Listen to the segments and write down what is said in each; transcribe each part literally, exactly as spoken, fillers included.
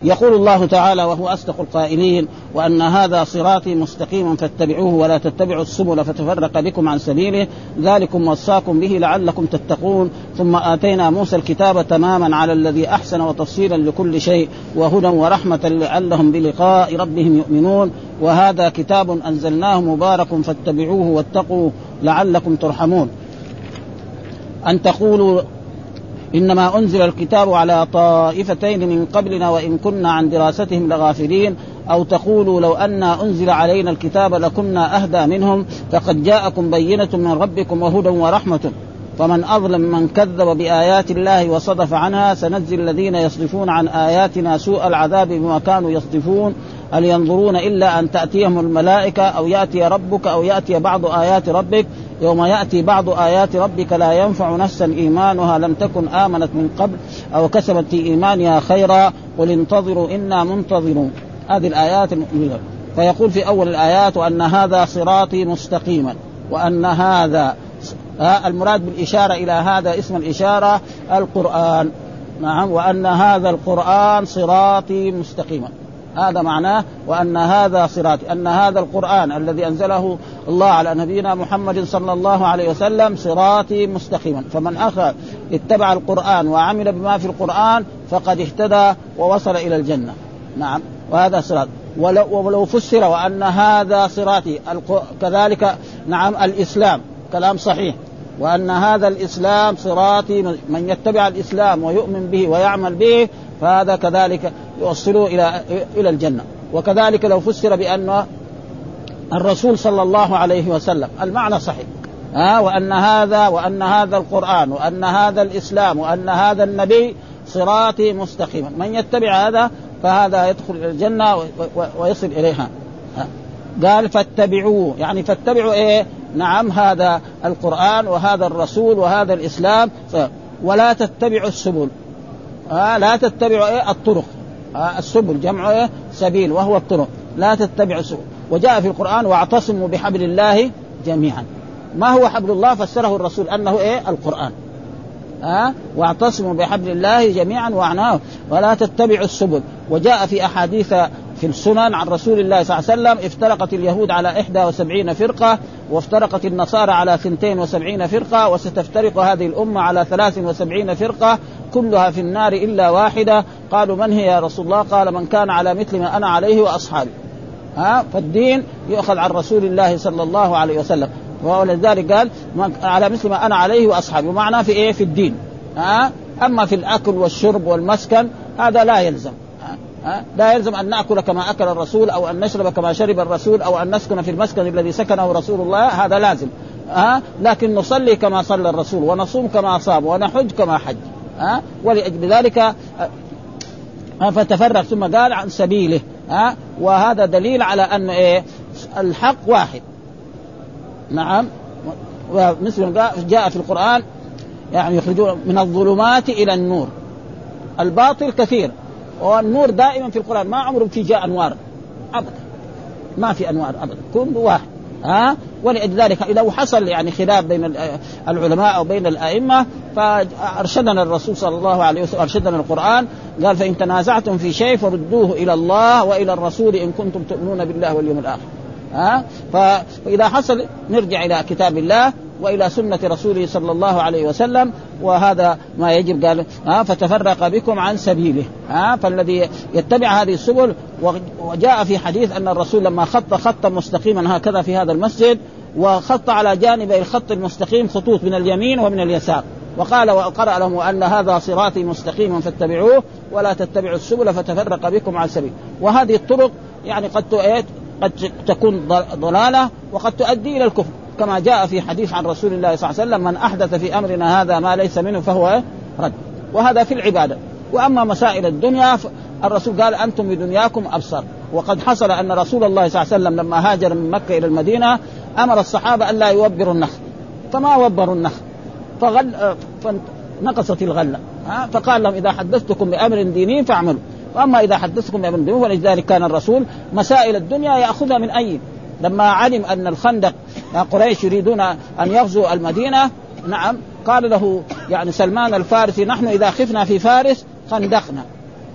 يقول الله تعالى وهو أصدق القائلين: وأن هذا صراطي مستقيما فاتبعوه ولا تتبعوا السبل فتفرق بكم عن سبيله ذلكم وصاكم به لعلكم تتقون ثم آتينا موسى الكتاب تماما على الذي أحسن وتفصيلا لكل شيء وهدى ورحمة لعلهم بلقاء ربهم يؤمنون وهذا كتاب أنزلناه مبارك فاتبعوه واتقوا لعلكم ترحمون. أن تقولوا إنما أنزل الكتاب على طائفتين من قبلنا وإن كنا عن دراستهم لغافلين أو تقولوا لو أن أنزل علينا الكتاب لكنا أهدى منهم فقد جاءكم بينة من ربكم وهدى ورحمة فمن أظلم من كذب بآيات الله وصدف عنها سنجزي الذين يصدفون عن آياتنا سوء العذاب بما كانوا يصدفون هل ينظرون إلا أن تأتيهم الملائكة أو يأتي ربك أو يأتي بعض آيات ربك يوم يأتي بعض آيات ربك لا ينفع نفسا إيمانها لم تكن آمنت من قبل أو كسبت في إيمانها خيرا قل انتظروا إنا منتظرون. هذه الآيات المؤمنة. فيقول في أول الآيات وأن هذا صراطي مستقيما وأن هذا المراد بالإشارة إلى هذا اسم الإشارة القرآن. نعم وأن هذا القرآن صراطي مستقيما هذا معناه وأن هذا صراطي أن هذا القرآن الذي أنزله الله على نبينا محمد صلى الله عليه وسلم صراطي مستقيما فمن أخذ اتبع القرآن وعمل بما في القرآن فقد اهتدى ووصل إلى الجنة. نعم وهذا صراط ولو, ولو فسر وأن هذا صراطي كذلك نعم الإسلام كلام صحيح وأن هذا الإسلام صراطي من يتبع الإسلام ويؤمن به ويعمل به فهذا كذلك يوصله إلى إلى الجنة. وكذلك لو فسر بأن الرسول صلى الله عليه وسلم المعنى صحيح ها وأن هذا وأن هذا القرآن وأن هذا الإسلام وأن هذا النبي صراطي مستقيما من يتبع هذا فهذا يدخل إلى الجنة ويصل إليها. قال فاتبعوه يعني فاتبعوا إيه نعم هذا القرآن وهذا الرسول وهذا الإسلام ولا تتبعوا السبل آه لا تتبعوا إيه الطرق آه السبل جمع إيه سبيل وهو الطرق لا تتبعوا السبل. وجاء في القرآن واعتصموا بحبل الله جميعا. ما هو حبل الله فسره الرسول أنه إيه القرآن آه واعتصموا بحبل الله جميعا وعناه ولا تتبعوا السبل. وجاء في أحاديث في السنن عن رسول الله صلى الله عليه وسلم افترقت اليهود على إحدى وسبعين فرقة وافترقت النصارى على ثنتين وسبعين فرقة وستفترق هذه الأمة على ثلاث وسبعين فرقة كلها في النار إلا واحدة. قالوا من هي يا رسول الله؟ قال من كان على مثل ما أنا عليه وأصحابي. ها فالدين يؤخذ عن رسول الله صلى الله عليه وسلم ولذلك قال على مثل ما أنا عليه وأصحابي ومعناه في إيه في الدين. ها أما في الأكل والشرب والمسكن هذا لا يلزم لا يلزم أن نأكل كما أكل الرسول أو أن نشرب كما شرب الرسول أو أن نسكن في المسكن الذي سكنه رسول الله هذا لازم أه؟ لكن نصلي كما صلى الرسول ونصوم كما صام ونحج كما حج أه؟ ولأجل ذلك أه؟ فتفرق ثم قال عن سبيله أه؟ وهذا دليل على أن إيه الحق واحد. نعم ومثل جاء في القرآن يعني يخرجون من الظلمات إلى النور. الباطل كثير والنور دائما في القرآن ما عمره في جاء أنوار أبدا ما في أنوار أبدا كل واحد ها. ولذلك إذا حصل يعني خلاف بين العلماء أو بين الأئمة فأرشدنا الرسول صلى الله عليه وسلم أرشدنا القرآن قال فإن تنازعتم في شيء فردوه إلى الله وإلى الرسول إن كنتم تؤمنون بالله واليوم الآخر ها. فإذا حصل نرجع إلى كتاب الله وإلى سنة رسوله صلى الله عليه وسلم وهذا ما يجب. قال ها فتفرق بكم عن سبيله ها. فالذي يتبع هذه السبل وجاء في حديث أن الرسول لما خط خطا مستقيما هكذا في هذا المسجد وخط على جانبي الخط المستقيم خطوط من اليمين ومن اليسار وقال وقرأ لهم أن هذا صراطي مستقيما فاتبعوه ولا تتبعوا السبل فتفرق بكم عن سبيل. وهذه الطرق يعني قد قد تكون ضلالة وقد تؤدي إلى الكفر كما جاء في حديث عن رسول الله صلى الله عليه وسلم من أحدث في أمرنا هذا ما ليس منه فهو رد. وهذا في العبادة. وأما مسائل الدنيا الرسول قال أنتم بدنياكم أبصر. وقد حصل أن رسول الله صلى الله عليه وسلم لما هاجر من مكة إلى المدينة أمر الصحابة أن لا يوبروا النخل فما وبروا النخل فغل فنقصت الغلة فقال لهم إذا حدثتكم بأمر ديني فاعملوا وأما إذا حدثتكم بأمر ديني. ولذلك كان الرسول مسائل الدنيا يأخذها من أي لما علم أن الخندق قريش يريدون أن يغزوا المدينة نعم قال له يعني سلمان الفارسي نحن إذا خفنا في فارس خندقنا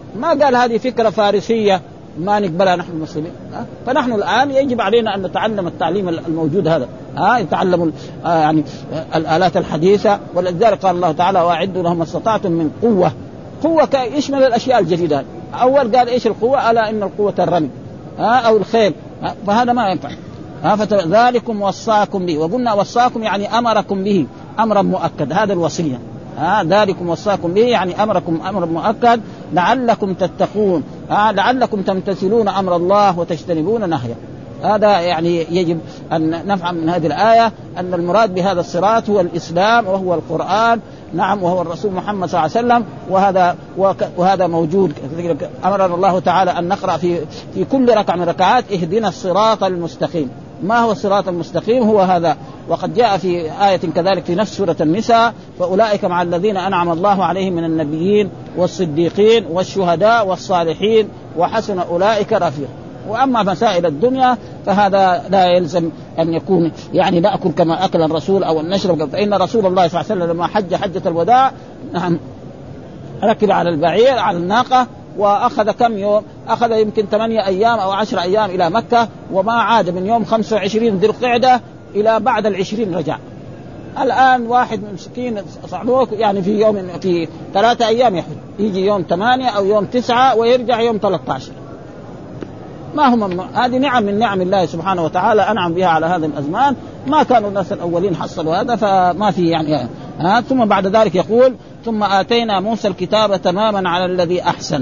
ما قال هذه فكرة فارسية ما نقبلها نحن المسلمين. فنحن الآن يجب علينا أن نتعلم التعليم الموجود هذا، ها يتعلم يعني الآلات الحديثة. ولذلك قال الله تعالى وأعدوا لهم ما استطعتم من قوة. قوة يشمل الأشياء الجديدة. أول قال إيش القوة؟ ألا إن القوة الرمي أو الخيل، فهذا ما ينفع. فذلكم وصاكم به، وقلنا وصاكم يعني أمركم به أمرا مؤكد، هذا الوصية. ها ذلكم وصاكم به يعني أمركم أمر مؤكد لعلكم تتقون، ها لعلكم تمتثلون أمر الله وتجتنبون نهيه. هذا يعني يجب أن نفهم من هذه الآية أن المراد بهذا الصراط هو الإسلام وهو القرآن، نعم، وهو الرسول محمد صلى الله عليه وسلم. وهذا وهذا موجود. أمرنا الله تعالى أن نقرأ في في كل ركعة من ركعات اهدنا الصراط المستقيم. ما هو الصراط المستقيم؟ هو هذا. وقد جاء في آية كذلك في نفس سورة النساء فأولئك مع الذين أنعم الله عليهم من النبيين والصديقين والشهداء والصالحين وحسن أولئك رفيقا. وأما مسائل الدنيا فهذا لا يلزم أن يكون يعني نأكل كما أكل الرسول أو نشرب، فإن رسول الله صلى الله عليه وسلم لما حج حجة الوداع نعم ركب على البعير على الناقة وأخذ كم يوم؟ أخذ يمكن ثمانية أيام أو عشر أيام إلى مكة، وما عاد من يوم خمسة وعشرين ذي القعدة إلى بعد العشرين رجع. الآن واحد مسكين صعبوك يعني في يوم في ثلاثة أيام يحج، يجي يوم ثمانية أو يوم تسعة ويرجع يوم ثلاثة عشر. ما هو ممنوع. هذه نعم من نعم الله سبحانه وتعالى أنعم بها على هذا الأزمان. ما كانوا الناس الأولين حصلوا هذا فما في يعني ها. ثم بعد ذلك يقول ثم آتينا موسى الكتاب تماما على الذي أحسن.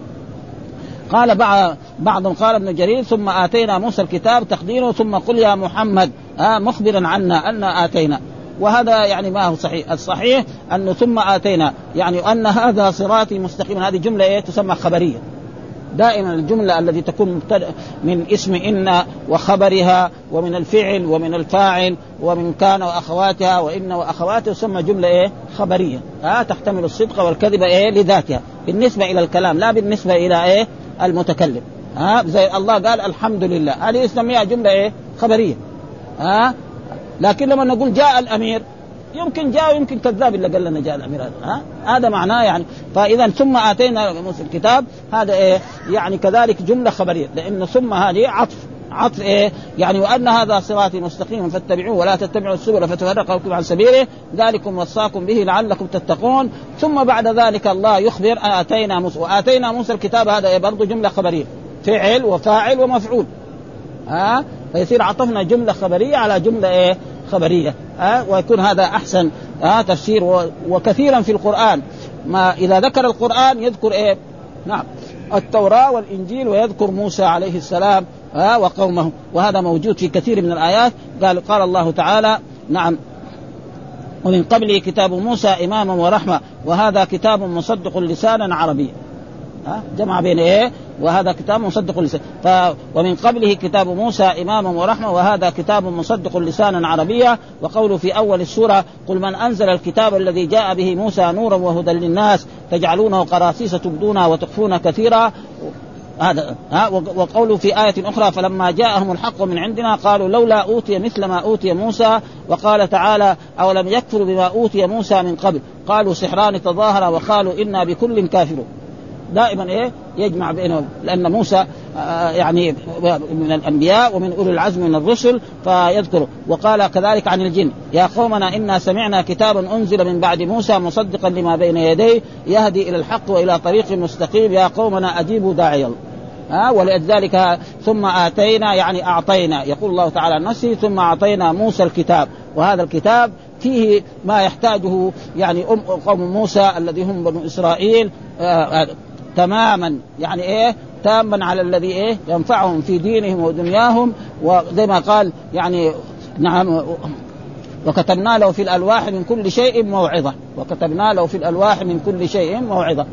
قال بعضهم قال ابن جرير ثم آتينا موسى الكتاب تقديره ثم قل يا محمد ها مخبرا عنا أن آتينا. وهذا يعني ما هو صحيح. الصحيح أنه ثم آتينا يعني أن هذا صراطي مستقيما. هذه جملة إيه تسمى خبرية. دائما الجملة التي تكون من اسم إن وخبرها ومن الفعل ومن الفاعل ومن كان وأخواتها وإن وأخواتها تسمى جملة إيه خبرية. ها تحتمل الصدق والكذب إيه لذاتها بالنسبة إلى الكلام لا بالنسبة إلى إيه المتكلم. ها زي الله قال الحمد لله هذه اسمها جملة إيه خبرية. ها لكن لما نقول جاء الأمير يمكن جاء ويمكن كذاب اللي قال لنا جاء الأمير هذا. ها هذا معناه يعني. فإذا ثم آتينا موسى الكتاب هذا إيه يعني كذلك جملة خبرية لأن ثم هذه عطف عطف إيه يعني وأن هذا صراطي مستقيم فاتبعوه ولا تتبعوا السبل فتفرق بكم عن سبيله ذلكم وصاكم به لعلكم تتقون. ثم بعد ذلك الله يخبر آتينا موسى وآتينا موسى الكتاب هذا إيه برضو جملة خبرية فعل وفاعل ومفعول. ها فيصير عطفنا جملة خبرية على جملة إيه خبرية. ها ويكون هذا أحسن ها تفسير. وكثيرا في القرآن ما إذا ذكر القرآن يذكر إيه نعم التوراة والإنجيل ويذكر موسى عليه السلام ها وقومه. وهذا موجود في كثير من الآيات. قال قال الله تعالى نعم ومن قبله كتاب موسى إماما ورحمة وهذا كتاب مصدق لسانا عربيا. ها جمع بين إيه وهذا كتاب مصدق لسان ف... ومن قبله كتاب موسى إماما ورحمة وهذا كتاب مصدق لسانا عربيا. وقوله في أول السورة قل من أنزل الكتاب الذي جاء به موسى نورا وهدى للناس تجعلونه قراصيس تبدونها وتخفون كثيرا. هذا ها وقوله في آية أخرى فلما جاءهم الحق من عندنا قالوا لولا أوتي مثل ما أوتي موسى. وقال تعالى أولم يكفروا بما أوتي موسى من قبل قالوا سحران تظاهرا وقالوا إنا بكل كافرون. دائما إيه يجمع بينهم لأن موسى آه يعني من الأنبياء ومن أولي العزم من الرسل فيذكر. وقال كذلك عن الجن يا قومنا إنا سمعنا كتابا أنزل من بعد موسى مصدقا لما بين يديه يهدي إلى الحق وإلى طريق مستقيم يا قومنا أجيبوا داعي الله. ها ولذلك ثم آتينا يعني أعطينا يقول الله تعالى نفسه ثم أعطينا موسى الكتاب. وهذا الكتاب فيه ما يحتاجه يعني أم قوم موسى الذي هم بنو إسرائيل آه تماما يعني إيه تاما على الذي إيه ينفعهم في دينهم ودنياهم. وزي ما قال يعني نعم وكتبنا له في الألواح من كل شيء موعظة وكتبنا له في الألواح من كل شيء موعظة.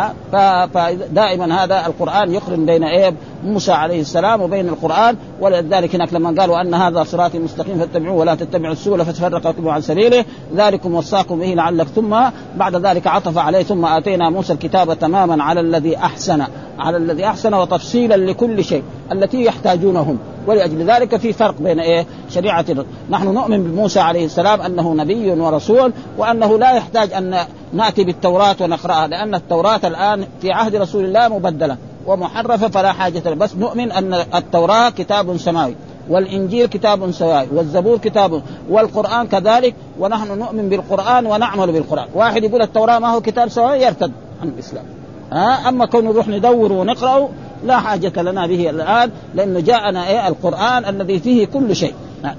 فدائما هذا القرآن يقرن بين إيه موسى عليه السلام وبين القرآن. ولذلك هناك لما قالوا أن هذا صراطي مستقيم فاتبعوه ولا تتبعوا السبل فتفرق بكم عن سبيله ذلكم وصاكم به لعلكم. ثم بعد ذلك عطف عليه ثم آتينا موسى الكتاب تماما على الذي أحسن على الذي أحسن وتفصيلا لكل شيء التي يحتاجونهم. ولأجل ذلك في فرق بين إيه شريعة. نحن نؤمن بموسى عليه السلام أنه نبي ورسول وأنه لا يحتاج أن نأتي بالتوراة ونقرأها، لأن التوراة الآن في عهد رسول الله مبدلة ومحرفة فلا حاجة له، بس نؤمن أن التوراة كتاب سماوي، والإنجيل كتاب سماوي، والزبور كتاب، والقرآن كذلك، ونحن نؤمن بالقرآن ونعمل بالقرآن. واحد يقول التوراة ما هو كتاب سماوي يرتد عن الإسلام. ها أما كون نروح ندور ونقرأه لا حاجة لنا به الآن، لأنه جاءنا إيه القرآن الذي فيه كل شيء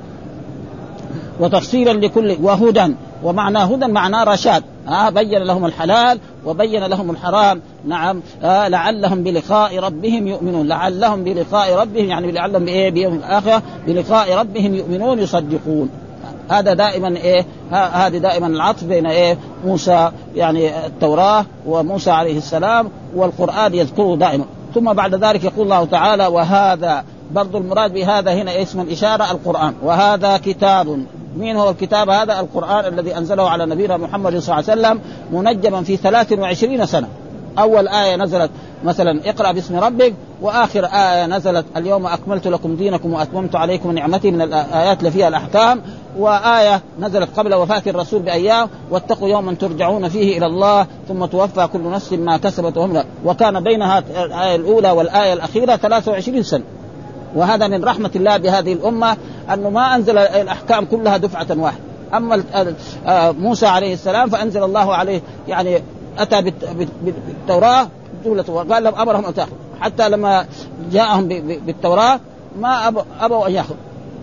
وتفصيلا لكل، وهدى، ومعنى هدى معناه رشاد. ها بين لهم الحلال وبين لهم الحرام. نعم آه لعلهم بلقاء ربهم يؤمنون، لعلهم بلقاء ربهم يعني لعلهم بإيه بيوم الآخرة بلقاء ربهم يؤمنون يصدقون. هذا دائما إيه هذه دائما العطف بين إيه موسى يعني التوراة وموسى عليه السلام، والقرآن يذكره دائما. ثم بعد ذلك يقول الله تعالى وهذا، برضو المراد بهذا هنا اسم الإشارة القرآن، وهذا كتاب. مين هو الكتاب هذا؟ القرآن الذي أنزله على نبينا محمد صلى الله عليه وسلم منجما في ثلاث وعشرين سنة. أول آية نزلت مثلا اقرأ باسم ربك، وآخر آية نزلت اليوم أكملت لكم دينكم وأتممت عليكم نعمتي من الآيات اللي فيها الأحكام، وآية نزلت قبل وفاة الرسول بأيام واتقوا يوما ترجعون فيه إلى الله ثم توفى كل نفس ما كسبت وهم لا. وكان بينها الآية الأولى والآية الأخيرة ثلاث وعشرين سنة. وهذا من رحمة الله بهذه الأمة أنه ما أنزل الأحكام كلها دفعة واحدة. أما موسى عليه السلام فأنزل الله عليه يعني أتى بالتوراة جملة وقال لهم أمرهم أن تأخذوا، حتى لما جاءهم بالتوراة ما أبوا أن يأخذوا.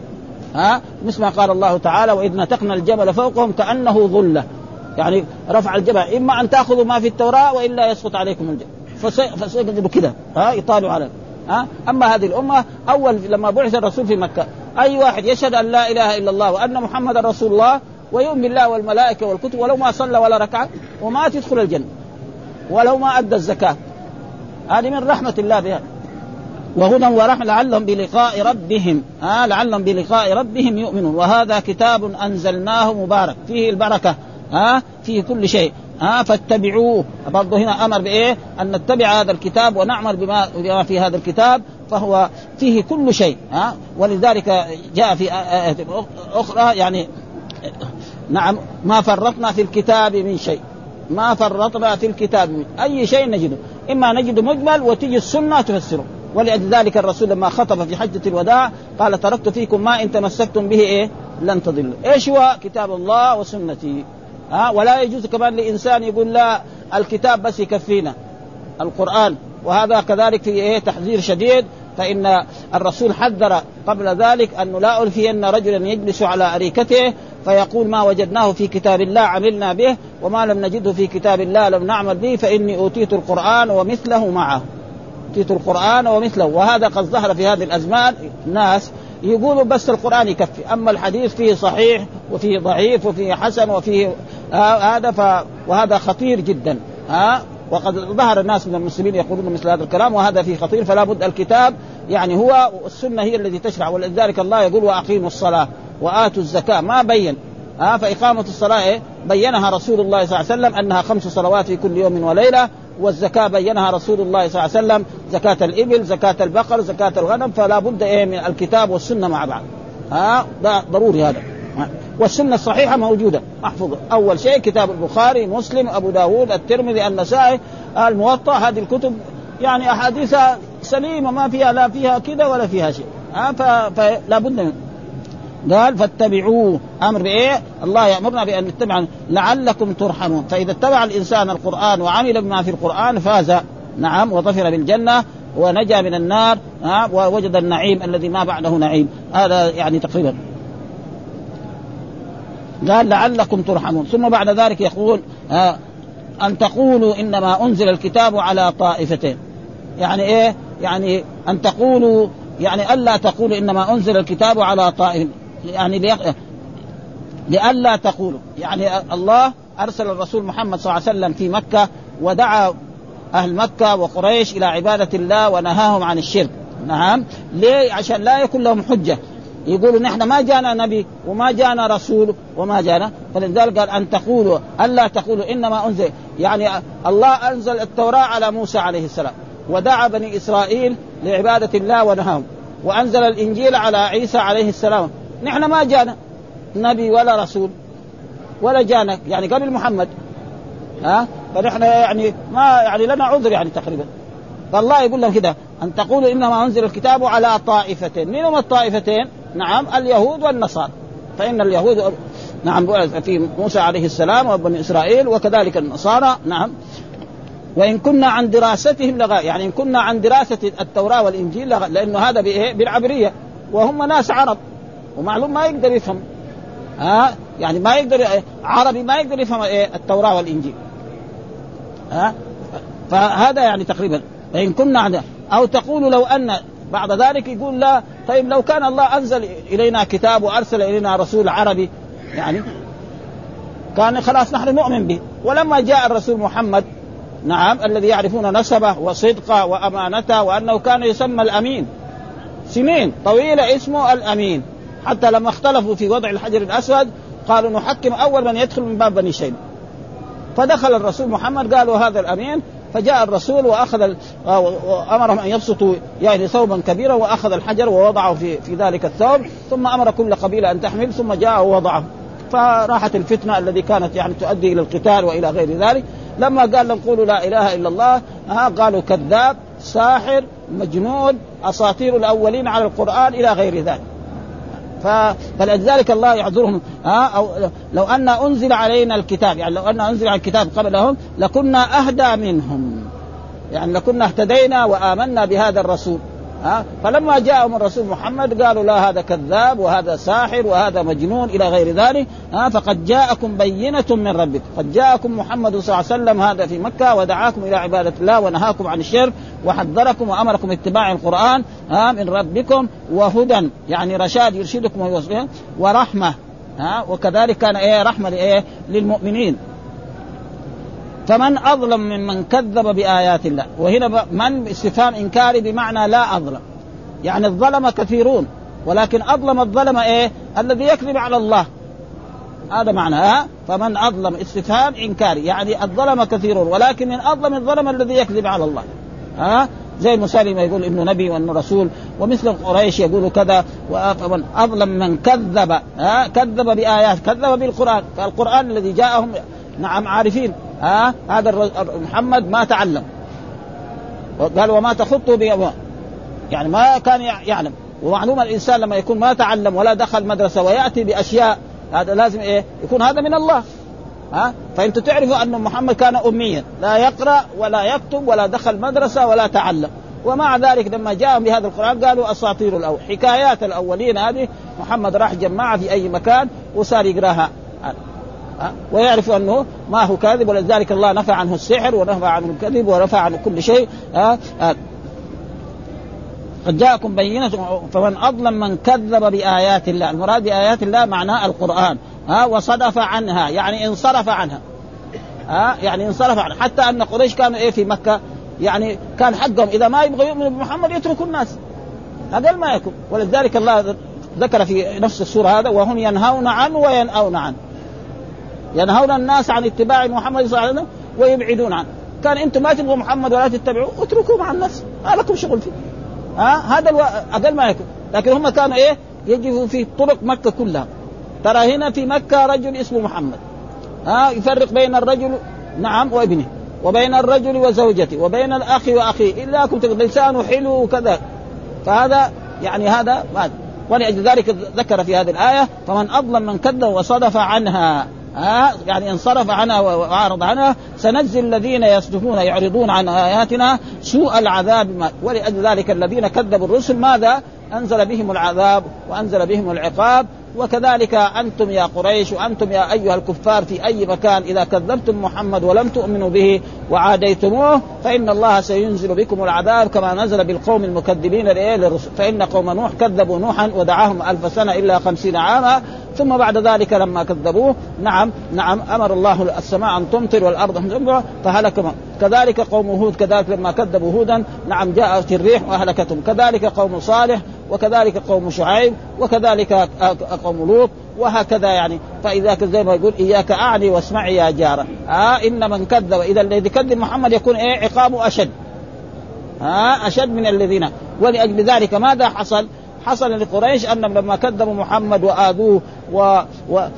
ها مثل ما قال الله تعالى وإذ نتقنا الجبل فوقهم كأنه ظلة، يعني رفع الجبل إما أن تأخذوا ما في التوراة وإلا يسقط عليكم الجبل، فسيجدوا كده ها يطالوا على ها. أما هذه الأمة أول لما بعث الرسول في مكة أي واحد يشهد أن لا إله إلا الله وأن محمد رسول الله ويؤمن بالله والملائكة والكتب ولو ما صلى ولا ركع وما تدخل الجنة ولو ما أدى الزكاة. هذه من رحمة الله بها. وهدى ورحمة لعلهم بلقاء ربهم آه لعلهم بلقاء ربهم يؤمنون. وهذا كتاب أنزلناه مبارك فيه البركة آه فيه كل شيء آه فاتبعوه. برضو هنا أمر بإيه أن نتبع هذا الكتاب ونعمل بما, بما في هذا الكتاب فهو فيه كل شيء آه ولذلك جاء في آيات أخرى يعني نعم ما فرطنا في الكتاب من شيء، ما فرطنا في الكتاب من أي شيء نجده، إما نجد مجمل وتيجي السنة تفسره. ولذلك الرسول لما خطب في حجة الوداع قال تركت فيكم ما إن تمسكتم به إيه لن تضلوا. إيش هو؟ كتاب الله وسنتي. ها ولا يجوز كمان لإنسان يقول لا الكتاب بس يكفينا القرآن. وهذا كذلك في إيه تحذير شديد، فإن الرسول حذر قبل ذلك أنه لا ألفين رجلا يجلس على أريكته فيقول ما وجدناه في كتاب الله عملنا به وما لم نجده في كتاب الله لم نعمل به فإني أوتيت القرآن ومثله معه. أوتيت القرآن ومثله. وهذا قد ظهر في هذه الأزمان ناس يقولوا بس القرآن يكفي، أما الحديث فيه صحيح وفيه ضعيف وفيه حسن وفيه آه هذا ف... وهذا خطير جدا ها. وقد ظهر الناس من المسلمين يقولون مثل هذا الكلام وهذا فيه خطير. فلا بد الكتاب يعني هو السنة هي التي تشرع. ولذلك الله يقول وأقيموا الصلاة وآتوا الزكاة ما بين ها. فإقامة الصلاة إيه؟ بينها رسول الله صلى الله عليه وسلم أنها خمس صلوات في كل يوم وليلة. والزكاة بينها رسول الله صلى الله عليه وسلم زكاة الإبل زكاة البقر زكاة الغنم. فلا بد إيه من الكتاب والسنة مع بعض ها. ده ضروري هذا. والسنة الصحيحة موجودة محفوظة. أول شيء كتاب البخاري مسلم أبو داود الترمذي النسائي الموطأ. هذه الكتب يعني أحاديثها سليمة ما فيها لا فيها كده ولا فيها شيء ها. فلا بد من قال فاتبعوه. أمر بإيه؟ الله يأمرنا بأن نتبع لعلكم ترحمون. فإذا اتبع الإنسان القرآن وعمل بما في القرآن فاز نعم وظفر بالجنة ونجا من النار ها ووجد النعيم الذي ما بعده نعيم. هذا يعني تقريبا قال لعلكم ترحمون. ثم بعد ذلك يقول آه أن تقولوا إنما أنزل الكتاب على طائفتين. يعني إيه؟ يعني أن تقولوا يعني ألا تقولوا إنما أنزل الكتاب على طائف يعني ليق... لألا تقولوا يعني الله أرسل الرسول محمد صلى الله عليه وسلم في مكة ودعا أهل مكة وقريش إلى عبادة الله ونهاهم عن الشرك. نعم ليه؟ عشان لا يكون لهم حجة يقولوا نحن ما جانا نبي وما جانا رسول وما جانا. فلذلك قال أن تقولوا ألا تقولوا إنما أنزل يعني الله أنزل التوراة على موسى عليه السلام ودعا بني إسرائيل لعبادة الله ونهاهم، وأنزل الإنجيل على عيسى عليه السلام. نحن ما جانا نبي ولا رسول ولا جانا يعني قبل محمد ها فنحن يعني ما يعني لنا عذر يعني تقريبا. فالله يقول لهم كده أن تقولوا إنما أنزل الكتاب على طائفتين. من هم الطائفتين؟ نعم اليهود والنصارى. فإن اليهود نعم في موسى عليه السلام وبني إسرائيل وكذلك النصارى. نعم وإن كنا عن دراستهم لغا يعني إن كنا عن دراسة التوراة والإنجيل لغا لأنه هذا بإيه بالعبرية وهم ناس عرب ومعلوم ما يقدر يفهم ها يعني ما يقدر عربي ما يقدر يفهم إيه التوراة والإنجيل ها فهذا يعني تقريبا فإن كنا عن أو تقول لو أن بعد ذلك يقول لا طيب لو كان الله أنزل إلينا كتاب وأرسل إلينا رسول عربي يعني كان خلاص نحن نؤمن به. ولما جاء الرسول محمد نعم الذي يعرفون نسبه وصدقه وأمانته وأنه كان يسمى الأمين سنين طويلة اسمه الأمين حتى لما اختلفوا في وضع الحجر الأسود قالوا نحكم أول من يدخل من باب بني شيبة فدخل الرسول محمد قالوا هذا الأمين. فجاء الرسول وأخذ وأمرهم أن يبسطوا يعني ثوبا كبيرا وأخذ الحجر ووضعه في في ذلك الثوب ثم أمر كل قبيلة أن تحمل ثم جاء ووضعه فراحت الفتنة التي كانت يعني تؤدي إلى القتال وإلى غير ذلك. لما قال لهم قولوا لا إله إلا الله ها قالوا كذاب ساحر مجنون أساطير الأولين على القرآن إلى غير ذلك. فلذلك الله يعذرهم ها أو لو أن أنزل علينا الكتاب يعني لو أن أنزل على الكتاب قبلهم لكنا أهدى منهم يعني لكنا اهتدينا وآمنا بهذا الرسول ها فلما جاءهم الرسول محمد قالوا لا هذا كذاب وهذا ساحر وهذا مجنون إلى غير ذلك ها فقد جاءكم بينة من ربكم. قد جاءكم محمد صلى الله عليه وسلم هذا في مكة ودعاكم إلى عبادة الله ونهاكم عن الشرك وحذركم وأمركم اتباع القرآن ها من ربكم وهدى يعني رشاد يرشدكم ويوصلكم ورحمة ها وكذلك كان إيه رحمة لإيه للمؤمنين. فمن أظلم ممن كذب بآيات الله. وهنا من استفهام إنكاري بمعنى لا أظلم يعني الظلم كثيرون ولكن أظلم الظلم إيه الذي يكذب على الله هذا معنى ها فمن أظلم استفهام إنكاري يعني الظلم كثيرون ولكن من أظلم الظلم الذي يكذب على الله ها زي مسالمة يقول إنه نبي وإنه رسول ومثل قريش يقولوا كذا. ومن أظلم من كذب ها كذب بآيات كذب بالقرآن فالقرآن الذي جاءهم نعم عارفين ها هذا محمد ما تعلم قال وما تخطوا به يعني ما كان يعلم. ومعلوم الإنسان لما يكون ما تعلم ولا دخل مدرسة ويأتي بأشياء هذا لازم إيه يكون هذا من الله ها فأنتوا تعرفوا أن محمد كان أميا لا يقرأ ولا يكتب ولا دخل مدرسة ولا تعلم ومع ذلك لما جاءهم بهذا القرآن قالوا أساطير الأول حكايات الأولين هذه محمد راح جمعها في أي مكان وصار يقراها ويعرف أنه ما هو كاذب. ولذلك الله نفى عنه السحر ونفى عنه الكذب ونفى عنه كل شيء. قد جاءكم بينة فمن أظلم من كذب بآيات الله. المراد بآيات الله معناه القرآن ها وصدف عنها يعني انصرف عنها ها يعني انصرف عنها حتى أن قريش كانوا إيه في مكة يعني كان حقهم إذا ما يبغوا يؤمنوا بمحمد يتركوا الناس أقل ما يكون. ولذلك الله ذكر في نفس السورة هذا وهم ينهون عنه وينأون عنه ينهون الناس عن اتباع محمد صلى الله عليه وسلم ويبعدون عنه. كان انتم ما تبغوا محمد ولا تتبعوه اتركوه مع الناس ما لكم شغل فيه ها هذا الو... اقل ما يكون. لكن هم كانوا ايه يجوا في طرق مكة كلها. ترى هنا في مكة رجل اسمه محمد ها يفرق بين الرجل نعم وابنه وبين الرجل وزوجته وبين الاخ واخيه الا كنت لسانه حلو وكذا. فهذا يعني هذا ما. ولأجل ذلك ذكر في هذه الآية فمن أظلم من كذب وصدف عنها ها يعني انصرف عنها وأعرض عنها سنجزي الذين يصدفون يعرضون عن آياتنا سوء العذاب. ولأجل ذلك الذين كذبوا الرسل ماذا أنزل بهم العذاب وأنزل بهم العقاب. وكذلك أنتم يا قريش وأنتم يا أيها الكفار في أي مكان إذا كذبتم محمد ولم تؤمنوا به وعاديتموه فإن الله سينزل بكم العذاب كما نزل بالقوم المكذبين للرسل. فإن قوم نوح كذبوا نوحا ودعاهم ألف سنة إلا خمسين عاما ثم بعد ذلك لما كذبوه نعم نعم أمر الله السماء أن تمطر والأرض أن تمطر فهلك. كذلك قوم هود كذلك لما كذبوا هودا نعم جاءت الريح وأهلكتهم. كذلك قوم صالح وكذلك قوم شعيب وكذلك قوم لوط وهكذا يعني. فإذا زي ما يقول إياك أعني واسمعي يا جارة آه إن من كذب إذا الذي كذب محمد يكون إيه عقابه أشد آه أشد من الذين. ولأجل ذلك ماذا حصل؟ حصل لقريش أنهم لما كذبوا محمد وآذوه و, و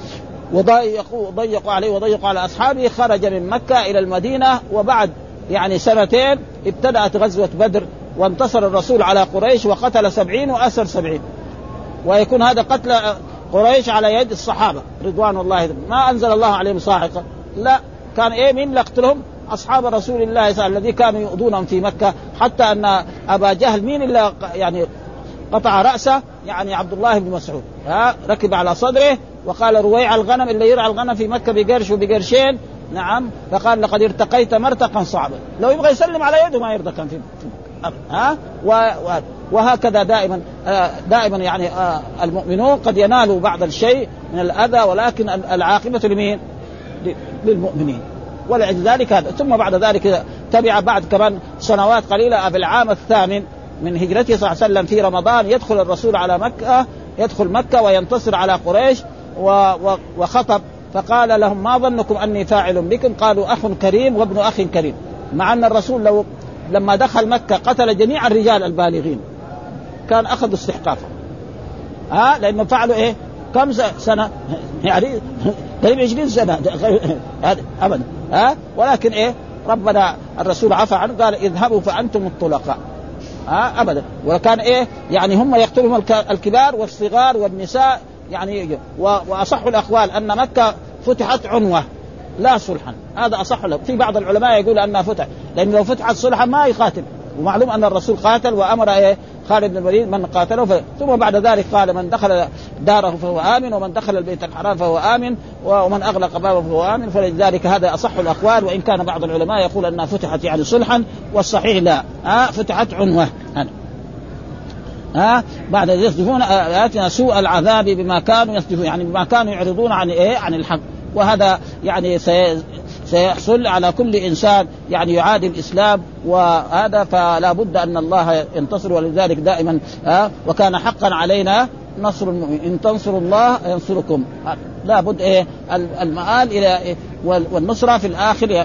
وضيقوا ضيقوا عليه وضيقوا على أصحابه، خرج من مكة إلى المدينة. وبعد يعني سنتين ابتدأت غزوة بدر، وانتصر الرسول على قريش وقتل سبعين وأسر سبعين، ويكون هذا قتل قريش على يد الصحابة رضوان الله، ما أنزل الله عليهم صاعقة، لا، كان إيه من يقتلهم؟ أصحاب رسول الله صلى الله عليه وسلم الذي كانوا يؤذونهم في مكة، حتى أن أبا جهل مين إلا يعني قطع رأسه؟ يعني عبد الله بن مسعود، ها ركب على صدره وقال رويع الغنم اللي يرعى الغنم في مكة بقرش وبقرشين، نعم، فقال لقد ارتقيت مرتقا صعبا، لو يبغى يسلم على يده ما يرضى كان في ها. وهكذا دائما دائما يعني المؤمنون قد ينالوا بعض الشيء من الأذى، ولكن العاقبة لمين؟ للمؤمنين. ولذلك هذا. ثم بعد ذلك تبع بعد كمان سنوات قليلة في العام الثامن من هجرته صلى الله عليه وسلم في رمضان يدخل الرسول على مكة، يدخل مكة وينتصر على قريش وخطب، فقال لهم ما ظنكم أني فاعل بكم؟ قالوا أخ كريم وابن أخ كريم، مع أن الرسول لو لما دخل مكة قتل جميع الرجال البالغين كان أخذ استحقاقه، ها، لأنه فعلوا إيه كم سنة يعني قريب عشرين سنة أبدا، ها، ولكن إيه ربنا الرسول عفى عنه قال اذهبوا فأنتم الطلقاء، ها أبدا. وكان إيه يعني هم يقتلهم الكبار والصغار والنساء يعني. وأصح الأقوال أن مكة فتحت عنوة لا صلحا، هذا أصح له. في بعض العلماء يقول أنها فتح، لأن لو فتحت صلحا ما يقاتل، ومعلوم أن الرسول قاتل وأمر إيه خالد بن الوليد من قاتله ف... ثم بعد ذلك قال من دخل داره فهو آمن، ومن دخل البيت الحرام فهو آمن، ومن أغلق بابه فهو آمن. فلذلك هذا أصح الأقوال، وإن كان بعض العلماء يقول أنها فتحت يعني صلحا، والصحيح لا، ها فتحت عنوة. ها بعد يصدفون آياتنا سوء العذاب بما كانوا يصدفون، يعني بما كانوا يعرضون عن إيه عن الحق. وهذا يعني سي... سيحصل على كل إنسان يعني يعادي الإسلام، وهذا فلا بد أن الله ينتصر. ولذلك دائما ها وكان حقا علينا نصر المؤمن، إن تنصروا الله ينصركم، لا بد إيه المآل إلى إيه والنصرة في الآخر.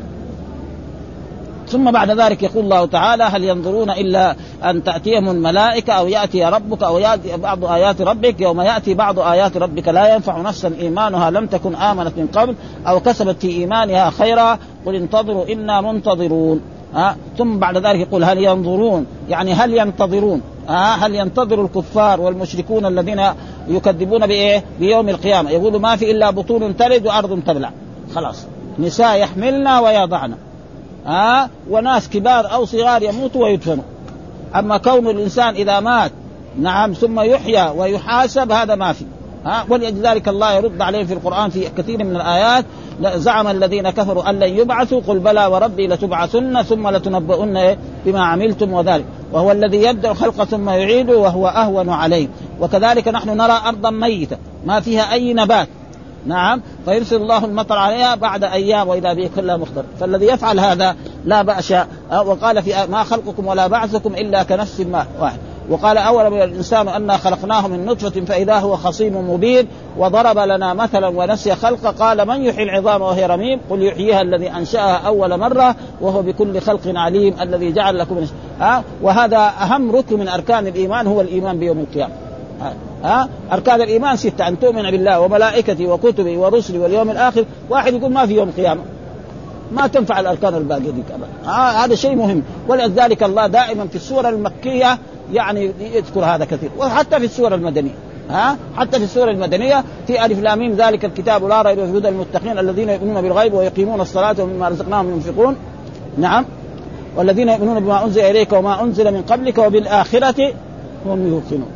ثم بعد ذلك يقول الله تعالى هل ينظرون إلا أن تأتيهم الملائكة أو يأتي ربك أو يأتي بعض آيات ربك، يوم يأتي بعض آيات ربك لا ينفع نفسا إيمانها لم تكن آمنت من قبل أو كسبت في إيمانها خيرا قل انتظروا إنا منتظرون. ها ثم بعد ذلك يقول هل ينظرون، يعني هل ينتظرون، ها هل ينتظر الكفار والمشركون الذين يكذبون بإيه بيوم القيامة، يقولوا ما في إلا بطون تلد وأرض تبلع، خلاص نساء يحملنا ويضعنا، ها وناس كبار أو صغار يموتوا ويدفنوا. أما كون الإنسان إذا مات نعم ثم يحيى ويحاسب هذا ما في، ها ولذلك الله يرد عليهم في القرآن في كثير من الآيات زعم الذين كفروا أن لن يبعثوا قل بلى وربي لتبعثن ثم لتنبؤن بما عملتم وذلك وهو الذي يبدأ الخلق ثم يعيده وهو أهون عليه. وكذلك نحن نرى أرضا ميتة ما فيها أي نبات، نعم فيرسل الله المطر عليها بعد أيام وإذا به كلها مخضر، فالذي يفعل هذا لا بأس. وقال في ما خلقكم ولا بعثكم إلا كنفس واحد. وقال أولا من الإنسان أنا خلقناه من نطفة فإذا هو خصيم مبين وضرب لنا مثلا ونسي خلقه قال من يحيي العظام وهي رميم قل يحييها الذي أنشأها أول مرة وهو بكل خلق عليم الذي جعل لكم ها. وهذا أهم ركن من أركان الإيمان هو الإيمان بيوم القيامة. ها أركان الإيمان ستة، أن تؤمن بالله وملائكته وكتبه ورسله واليوم الآخر. واحد يقول ما في يوم القيامة ما تنفع الأركان الباقية دي كمان، هذا شيء مهم. ولذلك الله دائما في السورة المكية يعني يذكر هذا كثير، وحتى في السورة المدنية، ها حتى في السورة المدنية في ألف لام ميم ذلك الكتاب لا ريب فيه هدى للمتقين الذين يؤمنون بالغيب ويقيمون الصلاة ومما رزقناهم ينفقون، نعم والذين يؤمنون بما أنزل إليك وما أنزل من قبلك وبالآخرة هم يوقنون.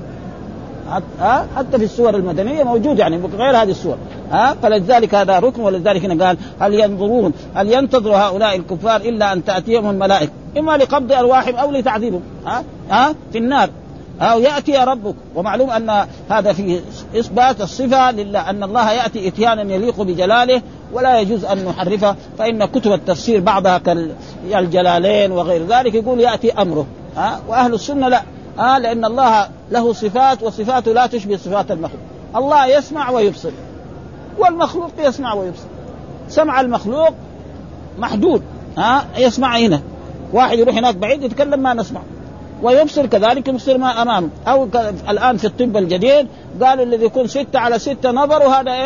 حتى في السور المدنية موجود يعني غير هذه السور، ها فلذلك هذا ركن. ولذلك هنا قال هل ينظرون هل ينتظر هؤلاء الكفار إلا أن تأتيهم الملائكة إما لقبض أرواحهم أو لتعذيبهم ها ها في النار أو يأتي ربك. ومعلوم أن هذا في إثبات الصفة لله، أن الله يأتي إتيانا يليق بجلاله ولا يجوز أن نحرفه. فإن كتب التفسير بعضها كالجلالين وغير ذلك يقول يأتي أمره، ها وأهل السنة لا، آه لأن الله له صفات وصفاته لا تشبه صفات المخلوق. الله يسمع ويبصر والمخلوق يسمع ويبصر. سمع المخلوق محدود، ها آه يسمع هنا، واحد يروح هناك بعيد يتكلم ما نسمع، ويبصر كذلك يبصر ما أمامه. أو الآن في الطب الجديد قالوا الذي يكون ستة على ستة نظر هذا إيه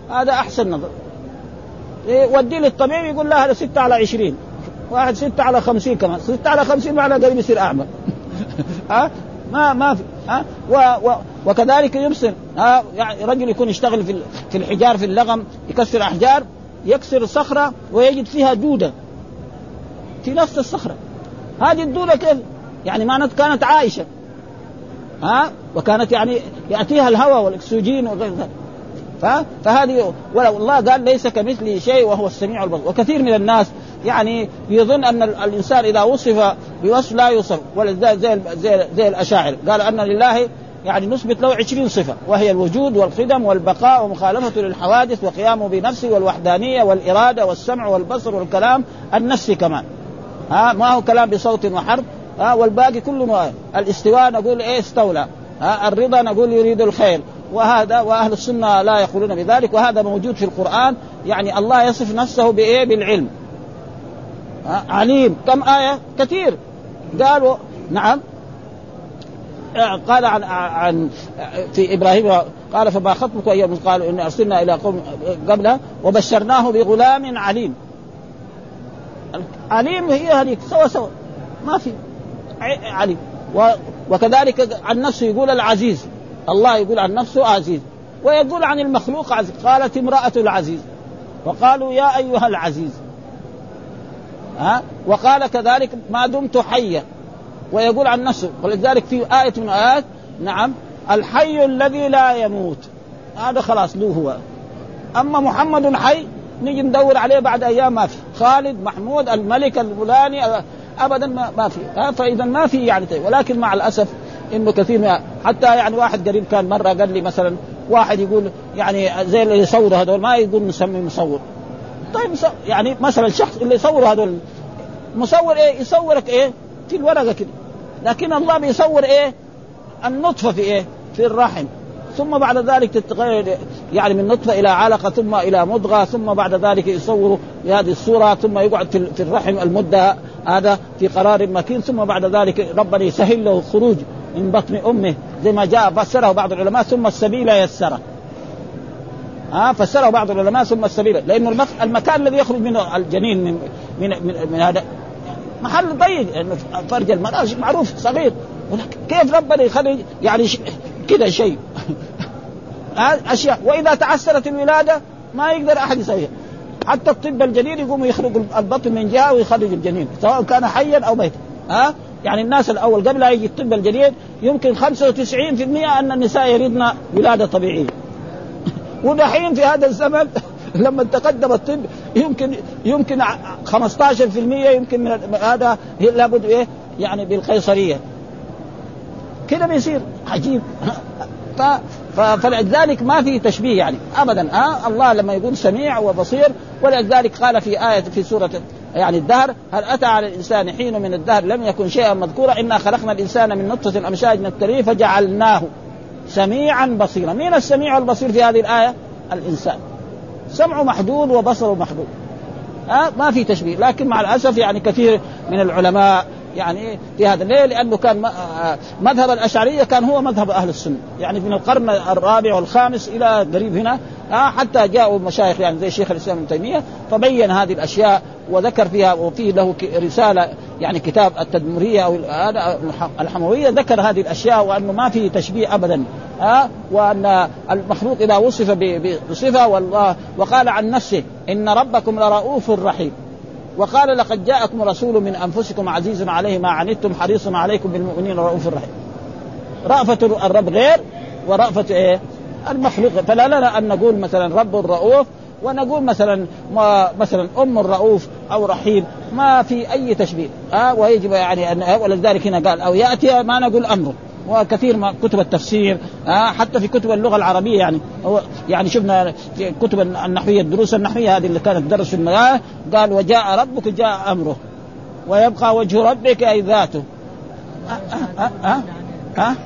هذا أحسن نظر. إيه ودي للطبيب يقول لا هذا ستة على عشرين، واحد ستة على خمسين كمان، ستة على خمسين معنى قريب يصير أعمى. ها ما ما في ها و و وكذلك يبصر. ها يعني رجل يكون يشتغل في في الحجار في اللغم، يكسر أحجار، يكسر صخرة ويجد فيها دودة في نفس الصخرة. هذه الدودة كيف يعني؟ معناته كانت عايشة، ها وكانت يعني يأتيها الهواء والأكسجين وغير ذلك. فهذه والله قال ليس كمثله شيء وهو السميع البصير. وكثير من الناس يعني يظن أن الإنسان إذا وصف بوصف لا يوصف، ولا زي زي زي الأشاعر قال أن لله يعني نثبت له عشرين صفة، وهي الوجود والقدم والبقاء ومخالفة للحوادث وقيامه بنفسه والوحدانية والإرادة والسمع والبصر والكلام النفسي كمان. ها ما هو كلام بصوت وحرف. ها والباقي كله الاستواء نقول إيه استولى. ها الرضا نقول يريد الخير. وهذا وأهل السنة لا يقولون بذلك، وهذا موجود في القرآن. يعني الله يصف نفسه بإيه؟ بالعلم. عليم كم آية؟ كثير. قالوا نعم قال عن عن في إبراهيم قال فما خطبك أيها المرسلون قالوا إن أرسلنا إلى قوم قبله وبشرناه بغلام عليم. عليم هي هذيك سوا سوا ما في عليم. وكذلك عن نفسه يقول العزيز، الله يقول عن نفسه عزيز، ويقول عن المخلوق عزيز. قالت امرأة العزيز وقالوا يا أيها العزيز. ها وقال كذلك ما دمت حيا، ويقول عن نفسه. ولذلك في آية من آيات نعم الحي الذي لا يموت، هذا خلاص له هو. أما محمد حي نيجي ندور عليه بعد أيام ما في. خالد محمود الملك الفلاني أبدا ما في. فإذا ما في يعني. ولكن مع الأسف إنه كثير حتى يعني واحد قريب كان مرة قال لي مثلا واحد يقول يعني زي اللي يصوروا هذول ما يقول نسمي مصور. طيب يعني مثلا الشخص اللي يصور هذول مصور ايه؟ يصورك ايه؟ في الورقة كده. لكن الله بيصور ايه؟ النطفة في ايه؟ في الرحم، ثم بعد ذلك تتغير يعني من نطفة إلى علقة ثم إلى مضغة، ثم بعد ذلك يصور بهذه الصورة، ثم يقعد في الرحم المدة هذا في قرار مكين، ثم بعد ذلك ربنا يسهل له الخروج من بطن أمه زي ما جاء فسره بعض العلماء ثم السبيل يسره. ها فسره بعض العلماء ثم السبيل، لأنه المكان الذي يخرج منه الجنين من من من, من هذا محل ضيق، لأنه فرج المرأة معروف صغير، ولكن كيف ربنا يخرج يعني ش... كده شيء أشياء. وإذا تعسرت الولادة ما يقدر أحد يسويها، حتى الطب الجنين يقوم يخرج البطن من جهة ويخرج الجنين سواء كان حيا أو ميتا. ها يعني الناس الأول قبل يجي الطب الجديد يمكن خمسة وتسعين في المئة أن النساء يريدن ولادة طبيعية. ودحين في هذا الزمن لما تقدم الطب يمكن يمكن خمسة عشر في المئة يمكن من هذا لابد إيه يعني بالقيصرية كده بيصير عجيب. فلذلك ما في تشبيه يعني أبدا. آه الله لما يقول سميع وبصير. ولذلك قال في آية في سورة يعني الدهر هل أتى على الإنسان حين من الدهر لم يكن شيئا مذكورا إنا خلقنا الإنسان من نطفة أمشاج نبتليه فجعلناه سميعا بصيرا. مين السميع والبصير في هذه الآية؟ الإنسان. سمعه محدود وبصره محدود. آه ما في تشبيه. لكن مع الأسف يعني كثير من العلماء يعني في هذا ليه؟ لأنه كان مذهب الأشعرية كان هو مذهب أهل السنة يعني من القرن الرابع والخامس إلى قريب هنا. آه حتى جاءوا مشايخ يعني زي شيخ الإسلام ابن تيمية فبين هذه الأشياء وذكر فيها، وفيه له رسالة يعني كتاب التدمرية أو الحموية ذكر هذه الأشياء وأنه ما فيه تشبيه أبدا. آه وأن المخلوق إذا وصف بصفة والله وقال عن نفسه إن ربكم لرؤوف رحيم، وقال لقد جاءكم رسول من أنفسكم عزيز عليه ما عنتم حريص عليكم بالمؤمنين رؤوف رحيم. رأفة الرب غير ورأفة إيه المخلوق. فلا لنا أن نقول مثلا رب الرؤوف ونقول مثلا ما مثلا أم الرؤوف أو رحيم، ما في أي تشبيه. آه ويجب يعني أن ولذلك هنا قال أو يأتي ما نقول أمره. وكثير من كتب التفسير آه حتى في كتب اللغة العربية يعني هو يعني شفنا في كتب النحوية الدروس النحوية هذه اللي كانت تدرس في المدارس قال وجاء ربك جاء أمره ويبقى وجه ربك أي ذاته. آه آه آه آه آه